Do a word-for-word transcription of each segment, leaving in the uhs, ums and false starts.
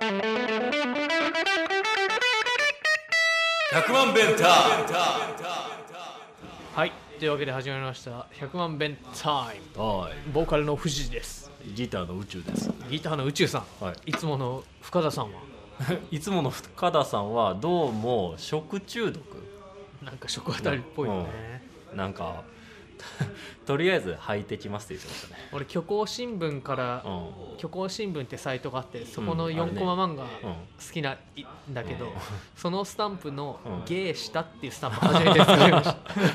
ひゃくまん弁タイム。 はい、というわけで始まりましたひゃくまん弁タイム。 はボーカルの藤井です。 い、ギターの宇宙です。 ギターの宇宙さん、 はい、 いつもの深田さんはいつもの深田さんはどうも食中毒なんか食当たりっぽいよね、 うん、なんかとりあえず履いてきますって言ってましたね。 俺虚構新聞から、うん、虚構新聞ってサイトがあってそこのよんコマ漫画好きなんだけど、うん、そのスタンプのゲーしたっていうスタンプ初めて使いま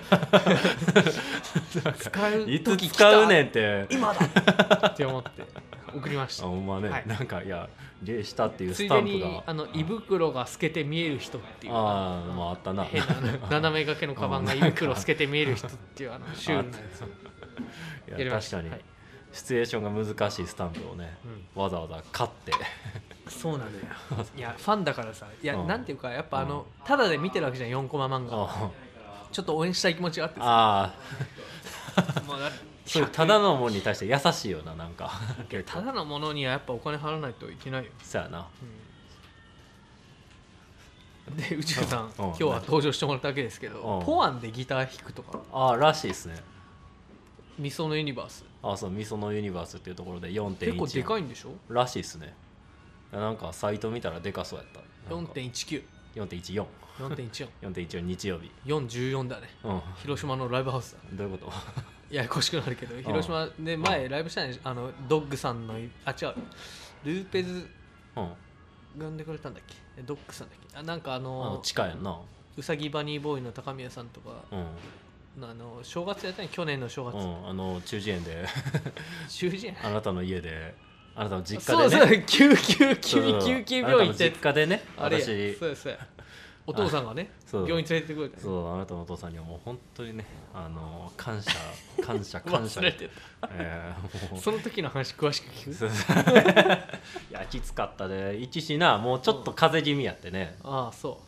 した使ういつ使うねんって今だって思って送りました。 あほんまね、はい、なんかいやゲーしたっていうついスタンプがでにあの胃袋が透けて見える人っていう、 ああまああったな変な斜め掛けのカバンが胃袋透けて見える人っていうあのシュールなやついや確かに、はい、シチュエーションが難しいスタンプをね、うん、わざわざ買ってそうなのよ。いやファンだからさ、いや、うん、なんていうかやっぱあの、うん、ただで見てるわけじゃんよんコマ漫画、うん、ちょっと応援したい気持ちがあってさあもうそういうただのものに対して優しいよな、なんかただのものにはやっぱお金払わないといけないよ。 そうやな、 うん、で宇宙さん、うん、今日は登場してもらったわけですけど、うん、ポアンでギター弾くとかああらしいですね。 ミソのユニバースああそうミソのユニバースっていうところで よんてんいち結構でかいんでしょらしいですね。なんかサイト見たらでかそうやった。 よんてんいちきゅうよんてんいちよんよんてんいちよんよんてんいちよん日曜日よんじゅうよんだね、うん、広島のライブハウスだ。 どういうことややこしくなるけど広島で前ライブしたね、あのドッグさんのあ違うルーペズが呼んでくれたんだっけ、ドッグさんだっけ、あなんかあのあの近いやんな、 うさぎバニーボーイの高宮さんとか、うん、あの正月やったね、去年の正月、うん、 あの中耳炎で中耳炎あなたの家であなたの実家でね、 そうそう救急救救急病院行って実家でねあれ私そうそうお父さんがね病院連れてくるから、ね、 そうあなたのお父さんにはもう本当にねあの感謝感謝感謝忘れてた、えー、その時の話詳しく聞くいやきつかったで一しなもうちょっと風邪気味やってね、 うん、ああそう、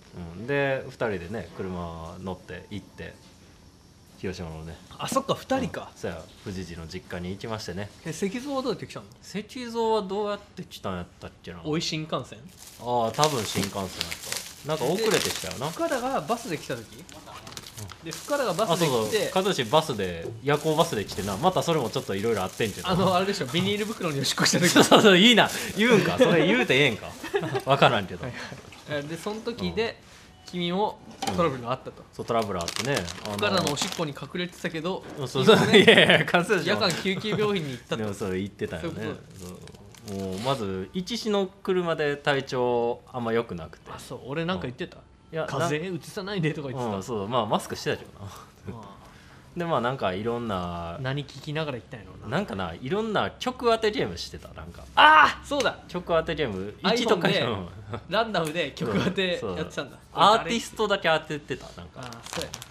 うん、でふたりでね車乗って行って広島のねあそっかふたりか、 うん、そうや富士寺の実家に行きましてね。 え石像はどうやって来たの？ 石像はどうやって来たんやったっけな。 おい新幹線？ ああ多分新幹線やったなんか遅れてきたよな。 深田がバスで来た時、うん、で深田がバスで来て和志バスで夜行バスで来てな、またそれもちょっといろいろあってんけど、 あのあれでしょビニール袋におしっこした時そうそうそういいな言うんかそれ言うてええんか分からんけどでその時で、うん、君もトラブルがあったと、うん、 そうトラブルあってね、 深田のおしっこに隠れてたけど、 そうそうそう、ね、いやいや関西夜間救急病院に行ったとでもそれ言ってたよね。そうもうまず一市の車で体調あんま良くなくて、 あそう俺なんか言ってた、うん、いや風邪うつさないでとか言ってた、 うん、そうまあマスクしてたけどなでまあなんかいろんな何聞きながら言ったんやろうな、 なんかないろんな曲当てゲームしてた。なんかああそうだ曲当てゲームいちとかでランダムで曲当てやってたんだ、 アーティストだけ当ててた。なんかあそうやな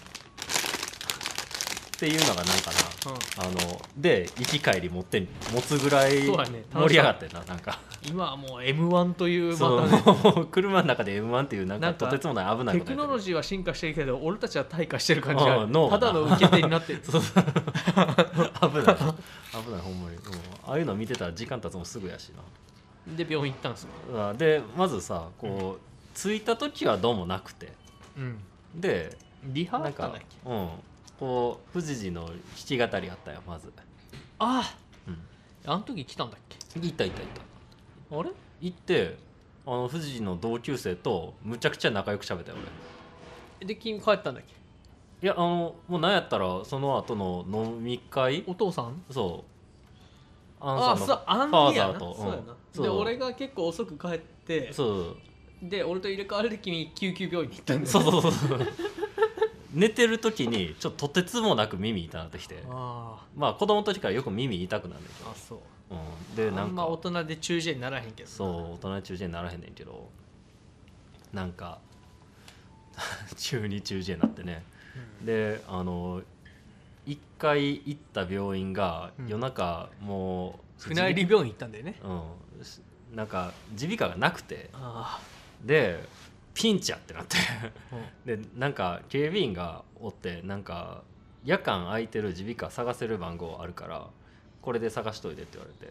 っていうのがなんかな、うん、あので行き帰り持って持つぐらいそうや、ね、 盛り上がってな。なんか今はもう エムワン というまた、ね、もう車の中で エムワン っていうなんかとてつもない危ないテクノロジーは進化してるけど俺たちは退化してる感じがただの受け手になってるそうそう危ない危ないほんまに、うん、ああいうの見てたら時間経つのすぐやしな。 で病院行ったんですよ。 でまずさこう着いた時はどうもなくて、うん、でリハあったんだっけ、 うんこう富士寺の弾き語りあったよまず。 ああ、うん、あの時来たんだっけ。 行った行った行った。 あれ行ってあの富士寺の同級生とむちゃくちゃ仲良く喋ったよ俺。で君帰ったんだっけ。 いやあのもうなんやったらその後の飲み会お父さんそうアンさんのファーザーとそうやな、うん、で俺が結構遅く帰ってそうで俺と入れ替わりで君救急病院に行ったんだよ。 そうそうそう寝てる時にちょっととてつもなく耳痛なってきて、あまあ子供の時からよく耳痛くなるんだけど、 あそう、 うん、でなんかあんま大人で中耳炎にならへんけど、 そう大人で中耳炎にならへんねんけどなんか中に中耳炎になってね、うん、であの一回行った病院が夜中もう、うん、 船入り病院行ったんだよね、 うん、なんか耳鼻科がなくて、あでピンチやってなってでなんか警備員がおってなんか夜間空いてる耳鼻科探せる番号あるからこれで探しといてって言われて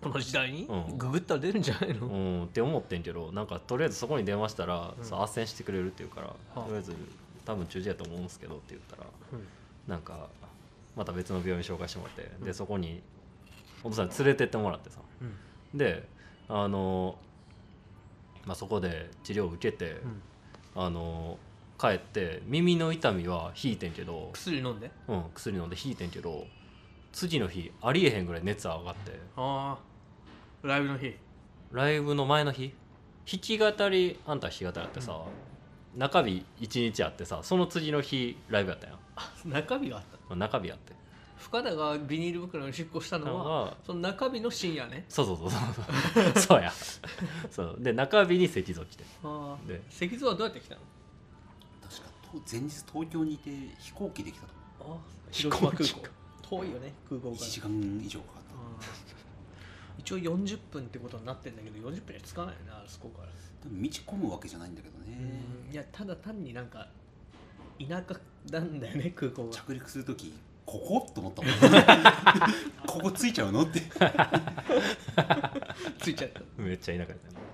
この時代に、 うん、 ググったら出るんじゃないの、 うんって思ってんけど、なんかとりあえずそこに電話したら、 うん、 そう斡旋してくれるっていうから、 うん、 とりあえず多分中耳やと思うんですけどって言ったら、 うん、 なんかまた別の病院紹介してもらって、うん、でそこにお父さん連れてってもらってさ、うん、であの、まあ、そこで治療を受けて、うん、あの帰って耳の痛みは引いてんけど、 薬飲んで、 うん、薬飲んで引いてんけど、次の日ありえへんぐらい熱上がって、 ああライブの日、 ライブの前の日、弾き語り、あんた弾き語りあってさ、うん、中日いちにちあってさ、その次の日ライブやったやん。 あ、中日があった、 中日あって、 深田がビニール袋に出庫したのはその中日の深夜ね。 そうそうそうそうそうやそうで中日に石像来て、 あで石像はどうやって来たの？ 確か前日東京にいて飛行機で来たと思う。 あ広島空港遠いよね、空港からいちじかん以上かかった。 一応よんじゅっぷんってことになってんだけどよんじゅっぷんには着かないよね、あそこから。 でも道込むわけじゃないんだけどね。 いやただ単になんか田舎なんだよね、空港が。 着陸するときここと思ったもんここ着いちゃうのって着いちゃった。 めっちゃ田舎や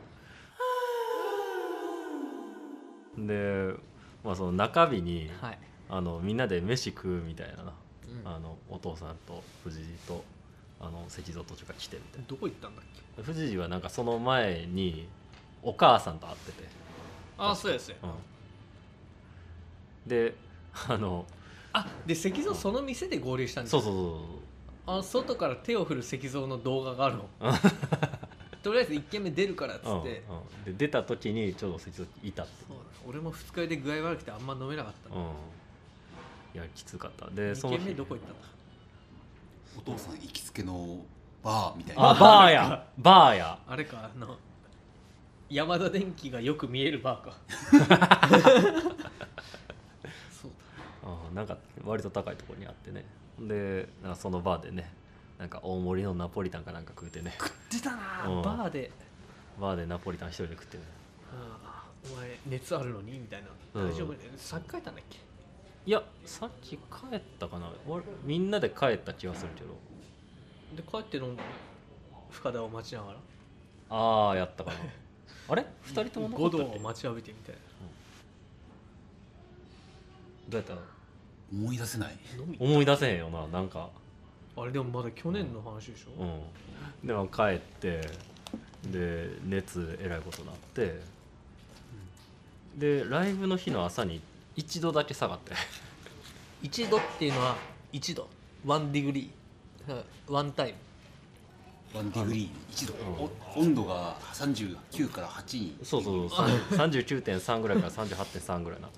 ったね。で、まあ、その中日に、はい、あのみんなで飯食うみたいなな、うん、あのお父さんと藤井とあの石像とか来てみたいな。 どこ行ったんだっけ？ 藤井はなんかその前にお母さんと会ってて。 ああそうですよ、 うん、であのあで石像その店で合流したんですよ。そうそうそうそう。あ外から手を振る石像の動画があるのとりあえずいっけんめ出るからっつって、うんうん、 で出た時にちょうど石像いたって。 そう俺も二日酔いで具合悪くてあんま飲めなかったの、うん、 いやきつかった。でにけんめどこ行ったんだ？ お父さん行きつけのバーみたいな。あバーやバーやあれか、あの山田電機がよく見えるバーかそうだ。 あなんか割と高いところにあってね。でなんかそのバーでね、なんか大盛りのナポリタンかなんか食うてね。 食ってたな、 うん、 バーでバーでナポリタン一人で食ってね。 お前熱あるのにみたいな。大丈夫で、うん、さっき帰ったんだっけ？ いやさっき帰ったかな。みんなで帰った気がするけど。 で帰って飲んだの深田を待ちながら。 ああやったかなあれふたりとも五道を待ちわびてみたいな、 うん、どうやったの？ 思い出せない。 思い出せへんよな。なんかあれでもまだ去年の話でしょ、 うんうん、でも帰ってで熱えらいことになって、うん、でライブの日の朝に一度だけ下がって一度っていうのはいちどワンディグリーワンタイムワンディグリーいちど、うん、温度がさんじゅうきゅうからはちに。 そうそうそう さんじゅうきゅうてんさん ぐらいから さんじゅうはちてんさん ぐらいにな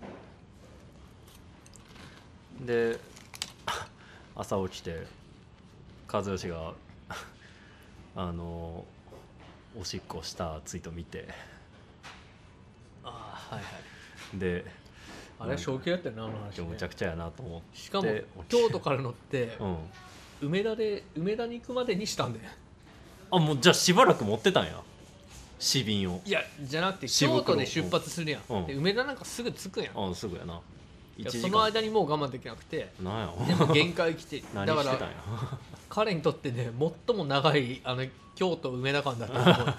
ってで朝起きて和義があのおしっこしたツイート見て、 ああはいはいであれ正気だったよなあの話、ね、 むちゃくちゃやなと思ってしかも京都から乗って、 うん梅田で梅田に行くまでにしたんだよ。 あもうじゃあしばらく持ってたんや紙便を。 いやじゃなくて京都で出発するやん、うん、で梅田なんかすぐ着くやん。 うんすぐやな。 いやその間にもう我慢できなくてなんやでも限界来て何してたんやだから彼にとってね最も長いあの京都梅田間だと思う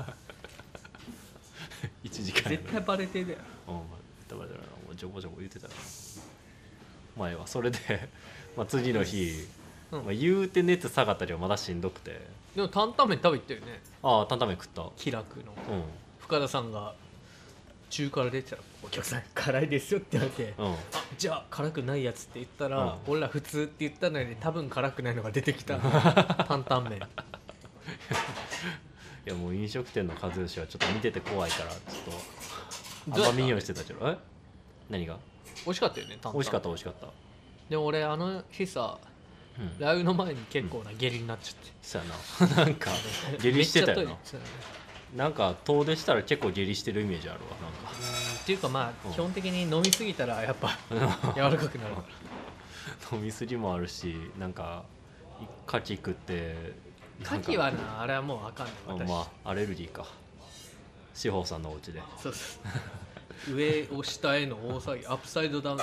いちじかん絶対バレてるやん。 うんバレてるな。もうジョボジョボ言ってたよ前は。それで、まあ、次の日うんまあ、言うて熱下がったりはまだしんどくて。 でも担々麺食べてるね。 ああ担々麺食った。 気楽の、 うん、 深田さんが中から出てたらお客さん辛いですよって言われて、うん、あじゃあ辛くないやつって言ったら、うん、俺ら普通って言ったのに多分辛くないのが出てきた担々麺いやもう飲食店の和義はちょっと見てて怖いからちょっとあんま見んようにしてたけど。え何が美味しかったよね。担々麺美味しかった美味しかった。 でも俺あの日さうん、ライブの前に結構な下痢になっちゃって、うん、 そうやななんか下痢してたよななんか遠出したら結構下痢してるイメージあるわなんかうんっていうかまあ、うん、基本的に飲みすぎたらやっぱ柔らかくなるから飲みすぎもあるしなんか牡蠣食って牡蠣はなあれはもうあかんねん私まあアレルギーか志保さんのお家でそうそう上を下への大騒ぎアップサイドダウン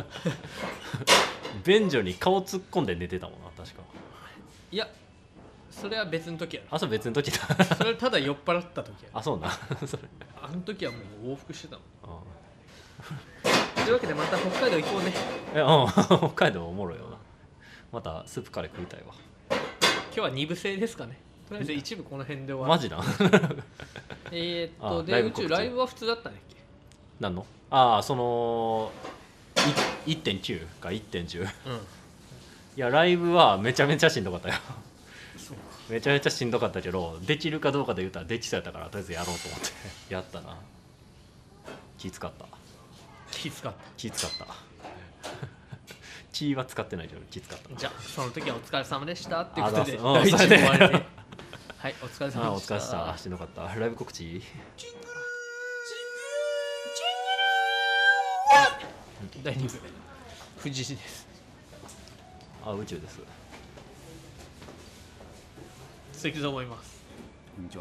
便所に顔突っ込んで寝てたもんな確か。 いやそれは別の時やろ。 あ、それ別の時だそれはただ酔っ払った時やろ。 あ、そうなそれあの時はもう往復してたもん。 あというわけでまた北海道行こうね。 えうん北海道おもろいよな。またスープカレー食いたいわ。 今日は二部制ですかね。とりあえず一部この辺で終わる。 マジなえーっあとで宇ライブ告知宙ライブは普通だったんだっけ。 なんのああそのいいってんきゅうかいってんじゅういうんやライブはめちゃめちゃしんどかったよそうか。 めちゃめちゃしんどかったけどできるかどうかで言うたらできそうやったからとりあえずやろうと思ってやったな。気使った気使った。 気使った気は使ってないけど気使ったじゃあその時はお疲れ様でしたっていうことであどうぞ第一部うんそれで終わりではいお疲れあ様でした。 お疲れしたしんどかったライブ告知だいに部藤井です。 あ宇宙です関と思います。 こんにちは。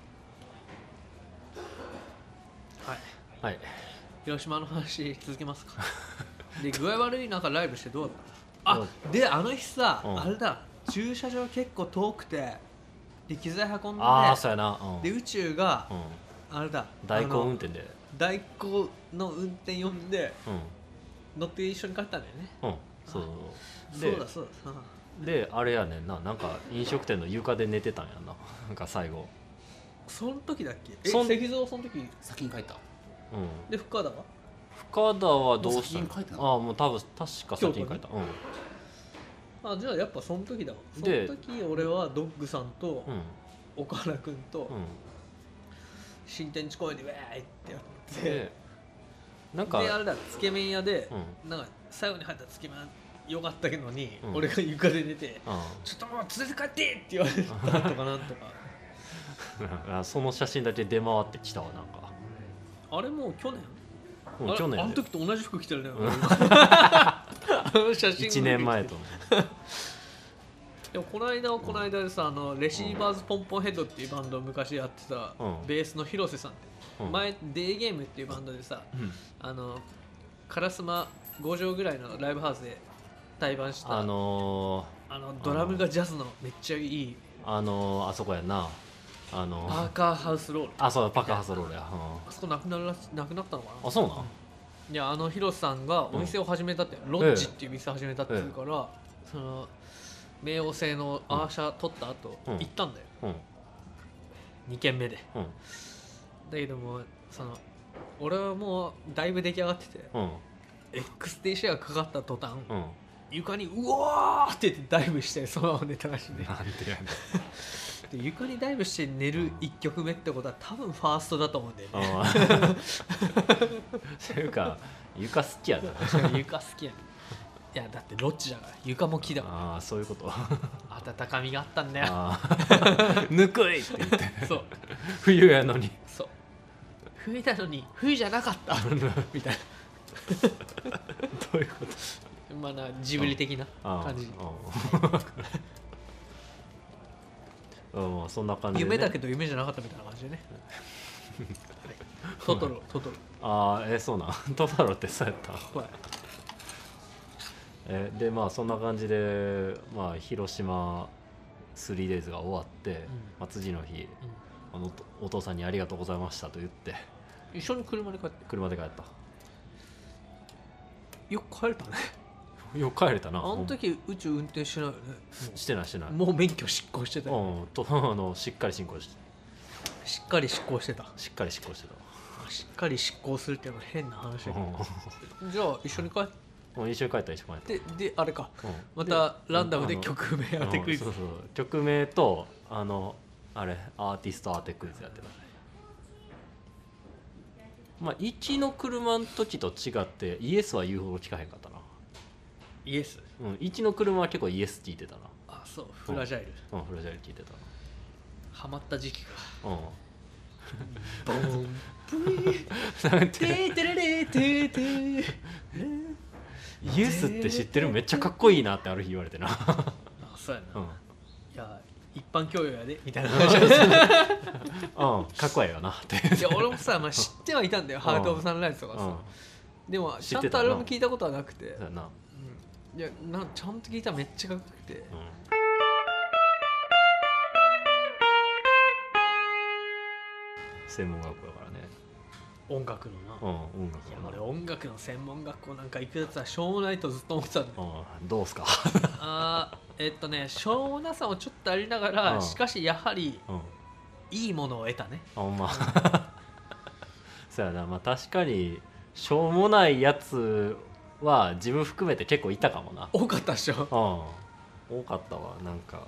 はいはい広島の話続けますか。で具合悪い中ライブしてどうだったの。あであの日さ、 うんあれだ駐車場結構遠くてで機材運んでああそうやなうんで宇宙が、 うんあれだ代行運あの転で代行の運転呼んでうん乗って一緒に帰ったんだよね。 うんそうそうだそうだ。 でであれやねんななんか飲食店の床で寝てたんやんななんか最後その時だっけ。えそん石像その時先に帰った。 うんで深田は深田はどうしたもう先に帰ってたああもう多分確か先に帰ったあじゃあやっぱその時だわ。そので時俺はドッグさんとうんうん岡原君とうん新天地公園でウェーイってやってでなんかであれだつけ麺屋でうんなんか最後に入ったつけ麺よかったけどに、 うん俺が床で寝てあちょっともう連れて帰ってって言われたとかなんとかあその写真だけ出回ってきたわなんかあれもう去年あれもう去年あの時と同じ服着てるねうんあの写真いちねんまえとでもこの間はこの間でさあのレシーバーズポンポンヘッドっていうバンドを昔やってた、 うんベースの広瀬さんって、 うん前デーゲームっていうバンドでさうんあの烏丸ご畳ぐらいのライブハウスで対バンしたあのあのドラムがジャズのめっちゃいいー、あのー、あそこやんなあのー、 パーカーハウスロールあそうパカハソロールや、 あそこなくなるらしなくなったのかうん、 なあそうなんいやあの広瀬さんがお店を始めたって、ロッジっていう店を始めたっていうから、その冥王星のアーシャ取った後、 うん行ったんだようんにけんめでうんだけどもその俺はもうだいぶ出来上がっててうんエックスティー シェアかかった途端、 うん床にうわーって言ってダイブしてそのまま寝たらしいねなんてやねんで床にダイブして寝るいっきょくめってことは多分ファーストだと思うんだよねあーそういうか床好きやな床好きやねいやだってロッジだから床も木だからああそういうこと温かみがあったんだよあーぬくいって言ってそう冬やのにそう冬なのに冬じゃなかったみたいどういうことなまあなジブリ的なあー感じうんうんそんな感じで、ね、 夢だけど夢じゃなかったみたいな感じでねトトロトトロああえそうなんトトロってそうやったはいえでまあそんな感じで、まあ、広島 スリーデイズ が終わって、まあ、次の日あのお父さんにありがとうございましたと言って一緒に車で帰って車で帰ったよく帰れたねよく帰れたなあの時宇宙運転してないよねもうしてないしてないもう免許執行してたようんとあのしっかり進行してしっかり執行してたしっかり進行してしっかり執行するっていうのは変な話だたけどじゃあ一緒に帰っもう一緒に帰った一緒に帰ってであれかた、うんまたランダムであの曲名当てクイズうんそうそう曲名とあのあれアーティスト当てクイズやってたまあいちの車の時と違ってイエスは言うほど聞かへんかったなイエスうんいちの車は結構イエス聞いてたなあそうフラジャイルうんフラジャイル聞いてたハマった時期かなボーンプリうんなんてテーテレレテーテーイエスって知ってるめっちゃかっこいいなってある日言われてなあそうやな、 うんいや一般教養やでみたいな話うんかっこいいよなっていや俺もさ、まあ、知ってはいたんだよ、ハート・オブ・サンライズとかさ、 うんでも知ってたなちゃんとアルバム聞いたことはなくて、 そうやなうんいやなちゃんと聞いたらめっちゃかっこよくて、 うん専門学校だからね。 音楽のな、 うん、音楽いやの俺音楽の専門学校なんか行くやつはしょうもないとずっと思ってたんだよ。 うん、どうすか。 あーえっとねしょうもなさもちょっとありながら、 うんしかしやはりうん、 いいものを得たね。 あんまそうやな、まあ確かにしょうもないやつは自分含めて結構いたかもな。 多かったっしょ。 うん、多かったわ。なんか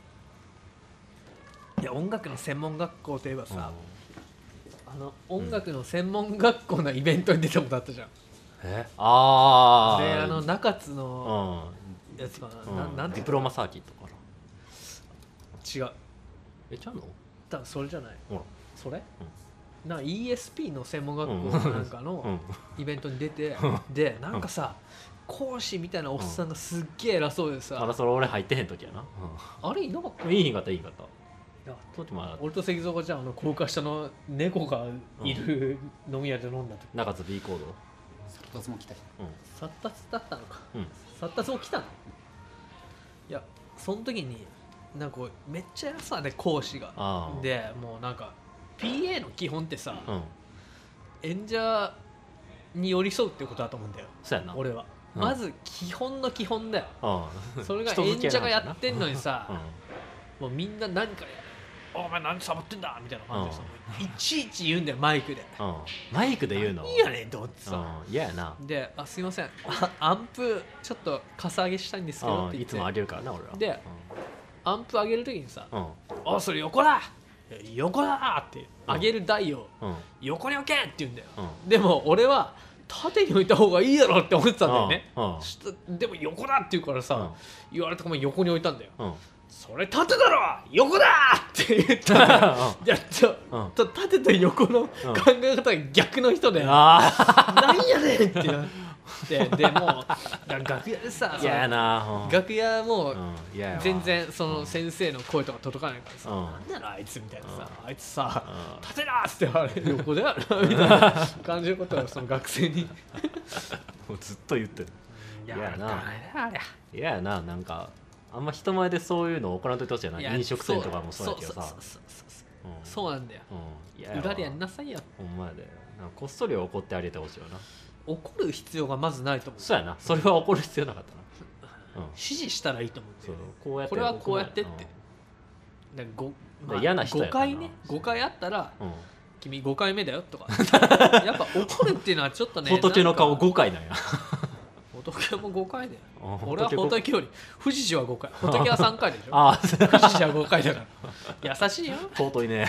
いや音楽の専門学校といえばさ、 うん、 あの音楽の専門学校のイベントに出たことあったじゃん。 えああであの中津のうんやつかな、 うん、 ななんてディプロマサーキットかな。 違う、 えちゃうの？ 多分それじゃない。 ほら、 それ、なんか イーエスピー の専門学うん校なんかうのんイベントに出て、でなんかさ講師みたいなおっさんがすっげえ偉そうでさ、 まだそれ俺入ってへん時やな。 あれいなかったうん、いいひんかったいいひんかった。 いや当時まだ俺と関蔵がじゃああの高架下の猫がいる飲み屋で飲んだ時、 中津 B コード。 サッタスも来たし殺達だったのか、 うん、うん、 殺達も来たの。いやその時になんかこうめっちゃ偉そうで講師があーでもうなんか ピーエー の基本ってさ、 うん、 演者に寄り添うってことだと思うんだよそうやな。 俺は、 うんまず基本の基本だよ。 ああそれが人付き合い演者がやの話なってんのにさ、 うん、 もうみんな何かお前何サボってんだみたいな感じでさ、いちいち言うんだよマイクで。 うん、マイクで言うのいいやねんと思ってさ、 うん、嫌やな。 であすいませんあアンプちょっとかさ上げしたいんですけどって言って、 うん、いつもあげるからな俺は。 でアンプ上げるときにさうん、 「おそれ横だ横だ!」って上げる台をうん、うん、 横に置けって言うんだよ。 うん、 でも俺は縦に置いた方がいいだろって思ってたんだよね。 うん、 ちょっとでも横だって言うからさ、 うん言われたから横に置いたんだよ。 うん、うん、 それ縦だろ横だって言ったらいやちょ、 うんと縦と横の考え方が逆の人で、 あなんやねんってなってでもうだから楽屋でさあ、嫌やな。うん、 楽屋もううん、嫌やわ。 全然その先生の声とか届かないからさ、 うんなんだろあいつみたいなさ、 うあいつさ、 うん縦だっつってあれ横だよなみたいな感じのことをその学生にもうずっと言ってる。 いや嫌やなダメだあれ嫌やな。なんかあんま人前でそういうの行わんといてほしいな。 いや飲食店とかもそうやけどさ。 そうそうそうそうそううんそうなんだよ。 うん、嫌やわ裏でやんなさいよ。 ほんまやで。なんかこっそり怒ってあげてほしいよな。 怒る必要がまずないと思う。 そうやな。それは怒る必要なかったな。うん、 指示したらいいと思うんだそうよね。 こうやってこれはこうやってってうんだからごだから嫌な人やごからなかいねごかいあったらうん、 君ごかいめだよとかやっぱ怒るっていうのはちょっとね仏の顔なんかごかいなんや。 仏もごかいだよ。 あ俺は仏ご仏より富士寺はごかい仏はさんかいでしょ。 ああ、 富士寺はごかいだから優しいよ。 尊いね。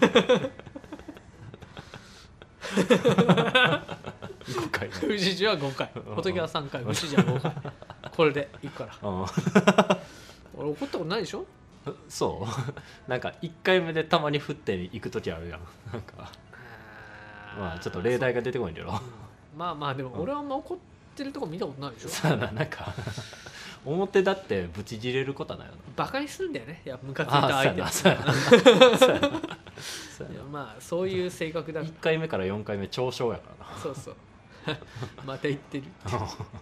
ごかいね。 富士寺はごかい仏はさんかい富士寺はごかいこれでいくからうん、 俺怒ったことないでしょ。 そうなんかいっかいめでたまに降って行く時あるやん。なんかまあちょっと例題が出てこないんだろ。 まあまあでも俺はあんま怒ってるとこ見たことないでしょ。 さあな、なんか表だってブチ切れることはないよな。 バカにするんだよね。いやムカついたあ相手あそうやなそうやなそういややなまあそういう性格だかいっかいめからよんかいめ嘲笑やかららそうそうまた言ってるな。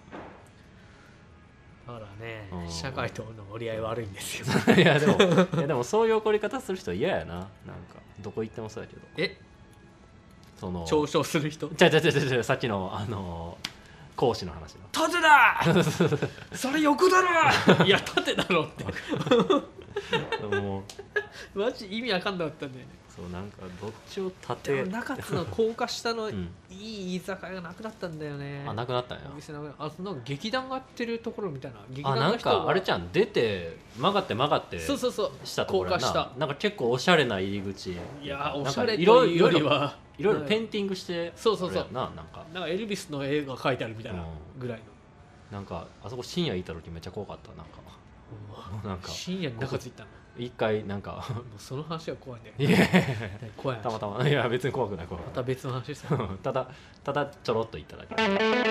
だからねうん社会との折り合い悪いんですよ。 いやでもいやでもそういう怒り方する人嫌やな。なんかどこ行ってもそうやけど、 えその嘲笑する人ちゃうちゃうちゃうちゃうちゃう、さっきのあの講師の話の縦だそれ横だろいや縦だろってもうマジ意味わかんなかったんだよね。 そうなんかどっちを立でても中津の高架下のいうんい居酒屋がなくなったんだよね。 あなくなったんや。 お店なくなあとなんか劇団がやってるところみたいな劇あなん団の人がかあれちゃん出て曲がって曲がってそうそうそうしたところや高架下な。なんか結構おしゃれな入り口。 いやなんかおしゃれといろいうよりいろはいろいろペインティングしてそうそうそうあれやな。なんかなんかエルビスの絵が描いてあるみたいなぐらいの、 なんかあそこ深夜行った時めっちゃ怖かった。なんかもうなんか深夜に中津行ったの。 一回なんかもうその話は怖いんだよ。 いやいやいや怖い話。 たまたまいや別に怖くない怖くないまた別の話ですよ。 ただただちょろっと言っただけ。 ま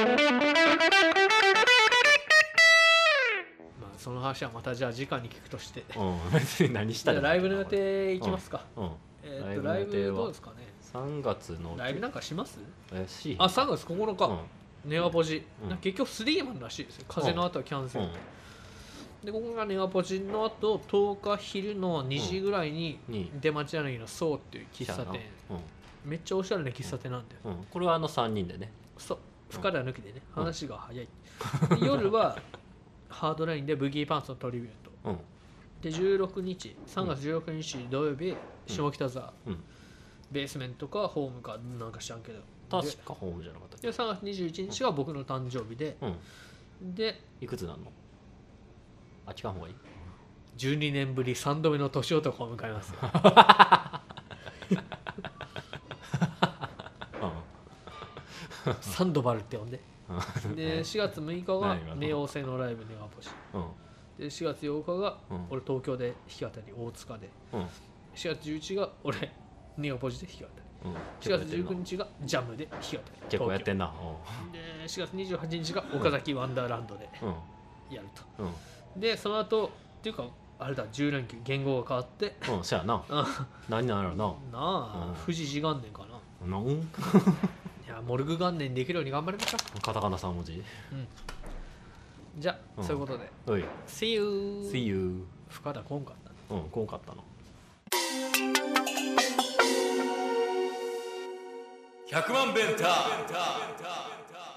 あその話はまたじゃあ次回に聞くとして。 うん別に何したらじゃあライブの予定いきますか。 うんえーっとライブどうですかね。 さんがつのライブなんかします？ えしあさんがつここのか。ネガポジ、 うんなんか結局スリーマンらしいですよ。風の後はキャンセル、 うんでここがネガポジの後とおか昼のにじぐらいにに出町柳のそうっていう喫茶店うんめっちゃおしゃれな喫茶店なんだよ、 うん、これはあのさんにんでね。 そう深田抜きでね、話が早い、で夜はハードラインでブギーパンツのトリビュート、 うん、 でじゅうろくにちさんがつじゅうろくにち土曜日、下北沢、 うん、 ベースメントかホームかなんか知らんけど、 確かホームじゃなかったっけ。 でさんがつにじゅういちにちが僕の誕生日で、 うん、 でいくつなんの。あっちかん方がいい。 じゅうにねんぶりさんどめの年男を迎えますよサンドバルって呼んででしがつむいかが冥王星のライブネガポシ、うん、でしがつようかが俺東京で弾き語り大塚で、うん、しがつじゅういちにちが俺ネガポジで弾き語り、うん、しがつじゅうくにちがジャムで弾き語り結構やってんな。 でしがつにじゅうはちにちが岡崎ワンダーランドでやると、うん、でその後っていうかあれだじゅう連休言語が変わってうんそやな何なのななあ、うん、富士寺元年かななんいやモルグ元年できるように頑張りましょう。 カタカナさん文字、 うん、じゃあ、うん、そういうことでおい See you See you 深田こんかったうんこんかったのひゃくまんベンター